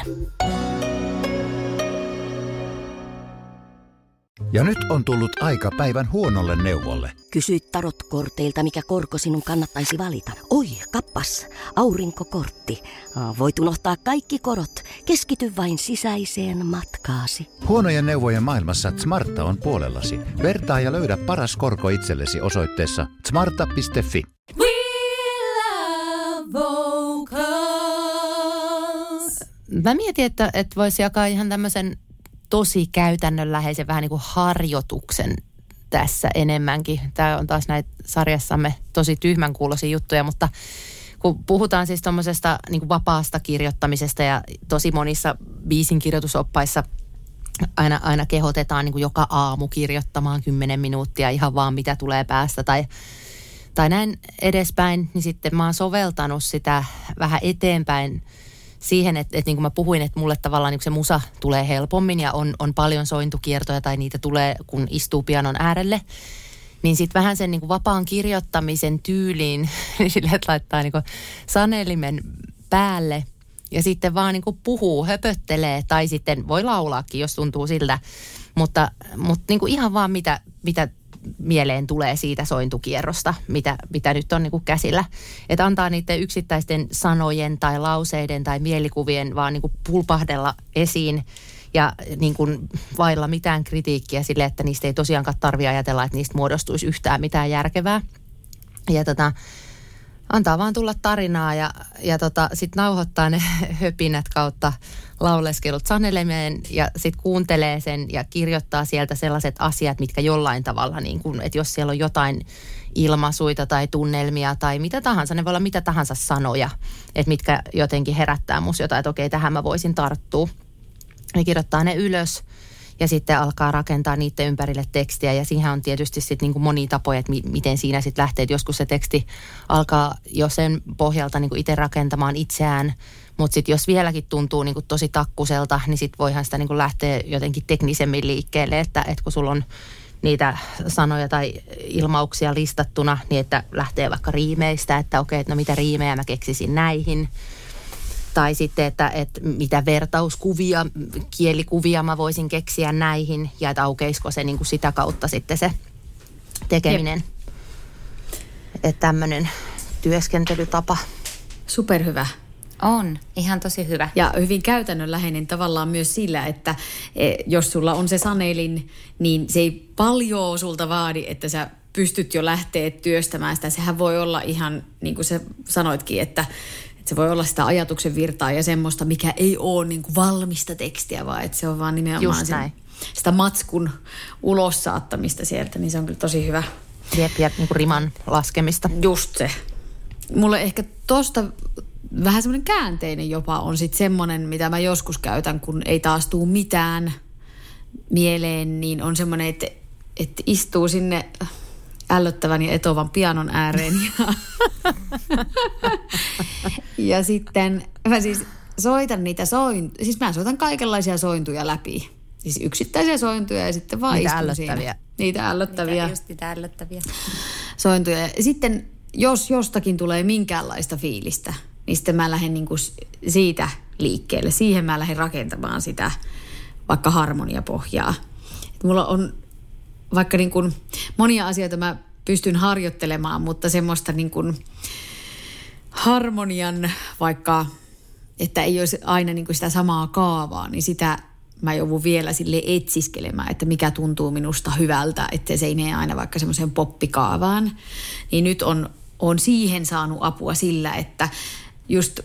Speaker 8: Ja nyt on tullut aika päivän huonolle neuvolle.
Speaker 9: Kysyit tarotkorteilta, mikä korko sinun kannattaisi valita. Oi, kappas, aurinkokortti. Voit unohtaa kaikki korot. Keskity vain sisäiseen matkaasi.
Speaker 8: Huonojen neuvojen maailmassa Smarta on puolellasi. Vertaa ja löydä paras korko itsellesi osoitteessa smarta.fi.
Speaker 4: We love vocals.
Speaker 3: Mä mietin, että voisi jakaa ihan tämmöisen tosi käytännönläheisen vähän niin kuin harjoituksen tässä enemmänkin. Tämä on taas näitä sarjassamme tosi tyhmän kuuloisia juttuja, mutta kun puhutaan siis tuommoisesta niin kuin vapaasta kirjoittamisesta ja tosi monissa biisin kirjoitusoppaissa aina kehotetaan niin kuin joka aamu kirjoittamaan 10 minuuttia ihan vaan mitä tulee päästä tai näin edespäin, niin sitten mä oon soveltanut sitä vähän eteenpäin siihen, että niin kuin mä puhuin, että mulle tavallaan niin se musa tulee helpommin ja on paljon sointukiertoja tai niitä tulee, kun istuu pianon äärelle. Niin sitten vähän sen niin kuin vapaan kirjoittamisen tyyliin, sille, että laittaa niin kuin sanelimen päälle ja sitten vaan niin kuin puhuu, höpöttelee tai sitten voi laulaakin, jos tuntuu siltä. Mutta niin kuin ihan vaan mitä mieleen tulee siitä sointukierrosta, mitä nyt on niin kuin käsillä. Että antaa niiden yksittäisten sanojen tai lauseiden tai mielikuvien vaan niin kuin pulpahdella esiin ja niin kuin vailla mitään kritiikkiä sille, että niistä ei tosiaankaan tarvitse ajatella, että niistä muodostuisi yhtään mitään järkevää. Ja antaa vaan tulla tarinaa ja sitten nauhoittaa ne höpinät kautta lauleskelut sanelemeen ja sitten kuuntelee sen ja kirjoittaa sieltä sellaiset asiat, mitkä jollain tavalla, niin kun, että jos siellä on jotain ilmaisuita tai tunnelmia tai mitä tahansa, ne voi olla mitä tahansa sanoja, että mitkä jotenkin herättää musta jotain, että okei, tähän mä voisin tarttua. Ne kirjoittaa ne ylös ja sitten alkaa rakentaa niiden ympärille tekstiä ja siihen on tietysti sitten niin kuin monia tapoja, että miten siinä sitten lähtee, että joskus se teksti alkaa jo sen pohjalta niin kuin itse rakentamaan itseään, mutta sitten jos vieläkin tuntuu niin kuin tosi takkuselta, niin sitten voihan sitä niin kuin lähteä jotenkin teknisemmin liikkeelle, että kun sulla on niitä sanoja tai ilmauksia listattuna, niin että lähtee vaikka riimeistä, että okei, että no mitä riimejä mä keksisin näihin. Tai sitten, että mitä vertauskuvia, kielikuvia mä voisin keksiä näihin ja että aukeisiko se niin kuin sitä kautta sitten se tekeminen. Että tämmöinen työskentelytapa.
Speaker 1: Superhyvä.
Speaker 2: On, ihan tosi hyvä.
Speaker 1: Ja hyvin käytännönläheinen tavallaan myös sillä, että jos sulla on se sanelin, niin se ei paljon sulta vaadi, että sä pystyt jo lähteä työstämään sitä. Sehän voi olla ihan, niin kuin sä sanoitkin, että se voi olla sitä ajatuksen virtaa ja semmoista, mikä ei ole niin kuin valmista tekstiä, vaan että se on vaan nimenomaan sitä matskun ulos saattamista sieltä, niin se on kyllä tosi hyvä.
Speaker 3: Jep, ja niin kuin riman laskemista.
Speaker 1: Just se. Mulle ehkä tosta vähän semmoinen käänteinen jopa on sitten semmoinen, mitä mä joskus käytän, kun ei taas tule mitään mieleen, niin on semmoinen, että istuu sinne ällöttävän ja etovan pianon ääreen. Ja sitten mä siis soitan niitä siis mä soitan kaikenlaisia sointuja läpi. Siis yksittäisiä sointuja ja sitten vaan istun siinä. Niitä ällöttäviä.
Speaker 2: Niitä ällöttäviä
Speaker 1: sointuja. Ja sitten jos jostakin tulee minkäänlaista fiilistä, niin sitten mä lähden niinku siitä liikkeelle. Siihen mä lähden rakentamaan sitä vaikka harmoniapohjaa. Et mulla on vaikka niin kuin monia asioita mä pystyn harjoittelemaan, mutta semmoista niin kuin harmonian vaikka, että ei olisi aina niin kuin sitä samaa kaavaa, niin sitä mä joudun vielä sille etsiskelemään, että mikä tuntuu minusta hyvältä, että se ei mene aina vaikka semmoiseen poppikaavaan. Niin nyt on siihen saanut apua sillä, että just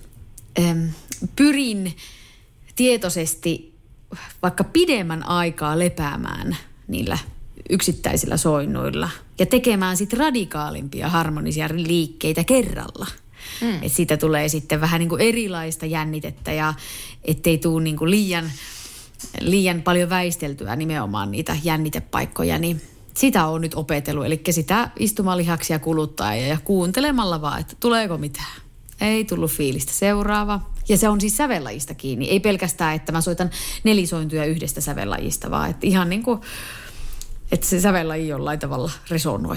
Speaker 1: pyrin tietoisesti vaikka pidemmän aikaa lepäämään niillä yksittäisillä soinnuilla ja tekemään sitten radikaalimpia harmonisia liikkeitä kerralla. Että siitä tulee sitten vähän niin kuin erilaista jännitettä ja ettei tule niin kuin liian paljon väisteltyä nimenomaan niitä jännitepaikkoja, niin sitä on nyt opetellut. Eli sitä istumalihaksia kuluttaa ja kuuntelemalla vaan, että tuleeko mitään. Ei tullut fiilistä. Seuraava. Ja se on siis sävellajista kiinni. Ei pelkästään, että mä soitan 4 sointuja yhdestä sävellajista, vaan että ihan niin kuin, että se sävellaji jollain tavalla resonoi.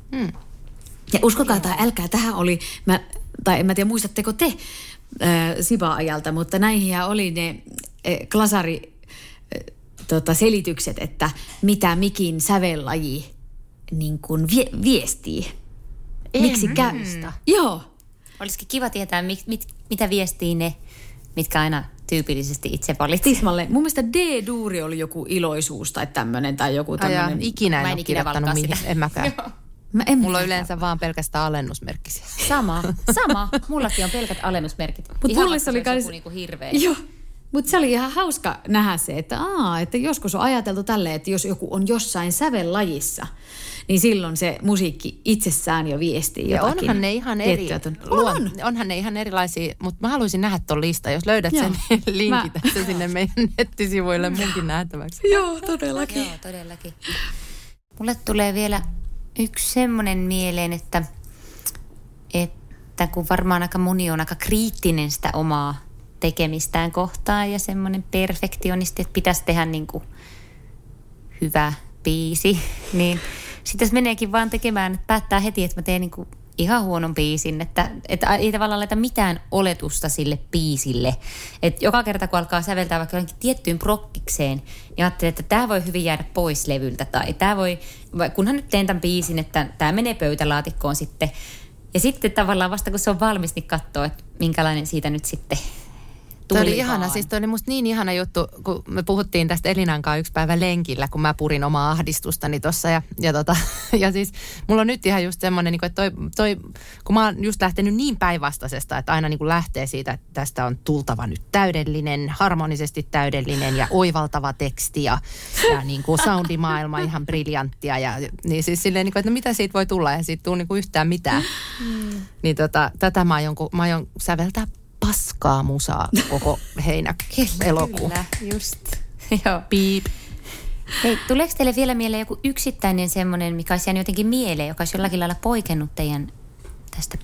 Speaker 1: Ja uskokaa tai älkää, tähän oli, tai en mä tiedä muistatteko te Siba-ajalta, mutta näihin oli ne klasari selitykset, että mitä mikin sävellaji niin kuin viestii. Miksi käy? Joo.
Speaker 2: Olisikin kiva tietää, mitä viestii ne, mitkä aina tyypillisesti itse valitsi.
Speaker 1: Tismalle. Mun mielestä D-duuri oli joku iloisuus tai tämmöinen tai joku tämmöinen.
Speaker 3: Ikinä en ole kirjoittanut mihin, en mäkään. Mulla on yleensä vaan pelkästään alennusmerkkisiä.
Speaker 2: Sama. Mullakin on pelkät alennusmerkit.
Speaker 1: Mutta mulle se oli
Speaker 2: kans niinku hirveä.
Speaker 1: Joo. Mutta se oli ihan hauska nähdä se, että joskus on ajateltu tälleen, että jos joku on jossain sävellajissa, niin silloin se musiikki itsessään jo viestii jotakin.
Speaker 3: Ja onhan ne ihan onhan ne ihan erilaisia, mutta mä haluaisin nähdä ton listan, jos löydät sen linkin tässä sinne meidän nettisivuille munkin nähtäväksi.
Speaker 1: Joo, todellakin.
Speaker 2: Joo, todellakin. Mulle tulee vielä yksi semmoinen mieleen, että kun varmaan aika moni on aika kriittinen sitä omaa tekemistään kohtaan ja semmoinen perfektionisti, että pitäisi tehdä niin kuin hyvä biisi, niin sitten jos meneekin vaan tekemään, että päättää heti, että mä teen niin kuin ihan huonon biisin, että ei tavallaan laita mitään oletusta sille biisille. Että joka kerta, kun alkaa säveltää vaikka johonkin tiettyyn prokkikseen, niin ajattelee, että tämä voi hyvin jäädä pois levyltä tai tämä voi, kunhan nyt teen tämän biisin, että tämä menee pöytälaatikkoon sitten. Ja sitten tavallaan vasta kun se on valmis, niin katsoo, että minkälainen siitä nyt sitten
Speaker 3: Tuo oli ihana, siis toi oli musta niin ihana juttu, kun me puhuttiin tästä Elinan kanssa yksi päivä lenkillä, kun mä purin omaa ahdistustani tossa ja siis mulla on nyt ihan just semmoinen, että kun mä oon just lähtenyt niin päinvastaisesta, että aina niin kuin lähtee siitä, että tästä on tultava nyt täydellinen, harmonisesti täydellinen ja oivaltava teksti ja niin kuin soundimaailma ihan briljanttia ja niin siis silleen, että no mitä siitä voi tulla ja siitä tuu niin kuin yhtään mitään. Niin tätä mä aion säveltää paskaa musaa koko heinä-elokuun.
Speaker 2: Kyllä, just. Joo. Piip. Hei, tuleeko teille vielä mieleen joku yksittäinen semmoinen, mikä olisi jäänyt jotenkin mieleen, joka olisi jollakin lailla poikennut teidän tästä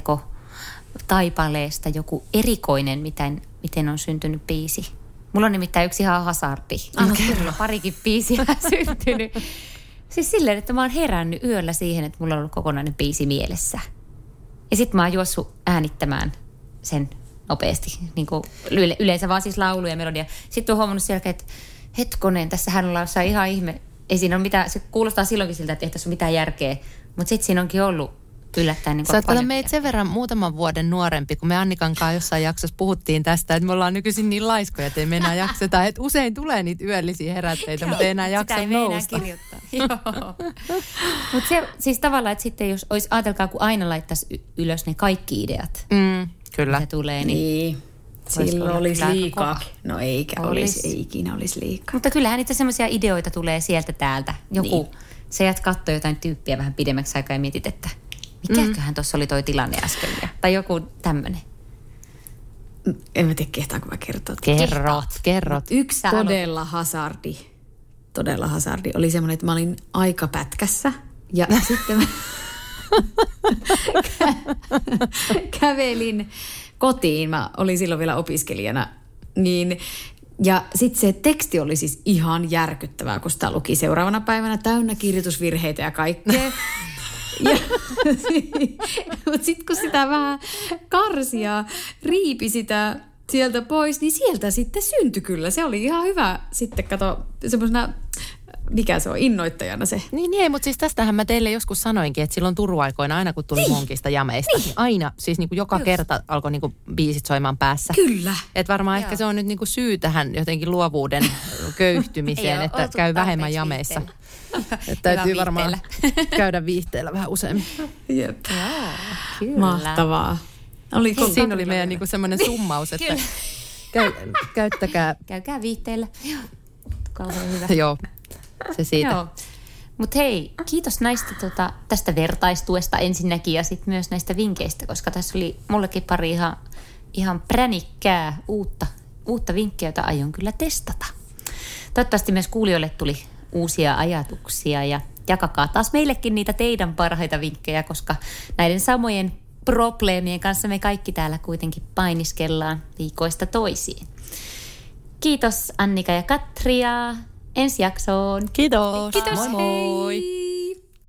Speaker 2: biisinteko-taipaleesta, joku erikoinen, miten on syntynyt biisi? Mulla on nimittäin yksi ihan hasardi. Kyllä, parikin biisiä syntynyt. Siis silleen, että mä oon herännyt yöllä siihen, että mulla on ollut kokonainen biisi mielessä. Ja sit mä oon juossut äänittämään sen nopeasti, niin kuin yleensä vaan siis laulu ja melodia. Sitten on huomannut siellä, että hetkonen, tässähän ollaan ihan ihme. Ei siinä ole mitään, se kuulostaa silloinkin siltä, että ei tässä ole mitään järkeä. Mutta sitten siinä onkin ollut yllättäen niin paljon. Sä oot
Speaker 3: meitä sen verran muutaman vuoden nuorempi, kun me Annikan kanssa jossain jaksossa puhuttiin tästä, että me ollaan nykyisin niin laiskoja, että ei me enää jakseta. Että usein tulee niitä yöllisiä herätteitä, mutta ei enää jaksa nousta.
Speaker 2: Sitä ei kirjoittaa. Mutta se siis tavallaan, että sitten jos olisi, ajatelkaa, kun aina laittaisi ylös ne kaikki ideat.
Speaker 3: Kyllä.
Speaker 2: Se tulee, niin
Speaker 1: silloin olisi liikaa. No eikä olisi, ei ikinä olisi liikaa.
Speaker 2: Mutta kyllähän niitä semmoisia ideoita tulee sieltä täältä. Joku, sä jät katsoo jotain tyyppiä vähän pidemmäksi aikaa ja mietit, että mikäköhän tuossa oli toi tilanne äsken. Tai joku tämmöinen.
Speaker 1: En mä tiedä, kehtaanko mä kertoa.
Speaker 3: Kerrot.
Speaker 1: Yksi todella hasardi oli semmoinen, että mä olin aika pätkässä Ja sitten mä kävelin kotiin. Mä olin silloin vielä opiskelijana. Ja sitten se teksti oli siis ihan järkyttävää, kun sitä luki seuraavana päivänä täynnä kirjoitusvirheitä ja kaikkea. Mutta sitten kun sitä vähän karsi ja riipi sitä sieltä pois, niin sieltä sitten syntyi kyllä. Se oli ihan hyvä sitten, kato, semmoisena, mikä se on, innoittajana se.
Speaker 3: Niin, mutta siis tästähän mä teille joskus sanoinkin, että silloin Turun-aikoina aina kun tuli Monkista jameista, niin aina, siis niin kuin joka kerta alkoi niin kuin biisit soimaan päässä.
Speaker 1: Kyllä.
Speaker 3: Että varmaan ehkä se on nyt niin kuin syy tähän jotenkin luovuuden köyhtymiseen, että käy vähemmän jameissa. Että täytyy varmaan käydä viihteellä vähän useammin.
Speaker 1: Jep.
Speaker 2: Kyllä.
Speaker 1: Mahtavaa.
Speaker 3: Siinä oli meidän niinku semmoinen summaus, että käyttäkää.
Speaker 2: Käykää viihteellä. Kauhean hyvä.
Speaker 3: Joo, se siitä.
Speaker 2: Joo. Mutta hei, kiitos näistä tästä vertaistuesta ensinnäkin ja sitten myös näistä vinkkeistä, koska tässä oli mullekin pari ihan pränikkää uutta vinkkiä, jota aion kyllä testata. Toivottavasti myös kuulijoille tuli uusia ajatuksia ja jakakaa taas meillekin niitä teidän parhaita vinkkejä, koska näiden samojen probleemien kanssa me kaikki täällä kuitenkin painiskellaan viikoista toisiin. Kiitos Annika ja Katria. Ensi jaksoon.
Speaker 3: Kiitos.
Speaker 2: Kiitos.
Speaker 3: Moi moi.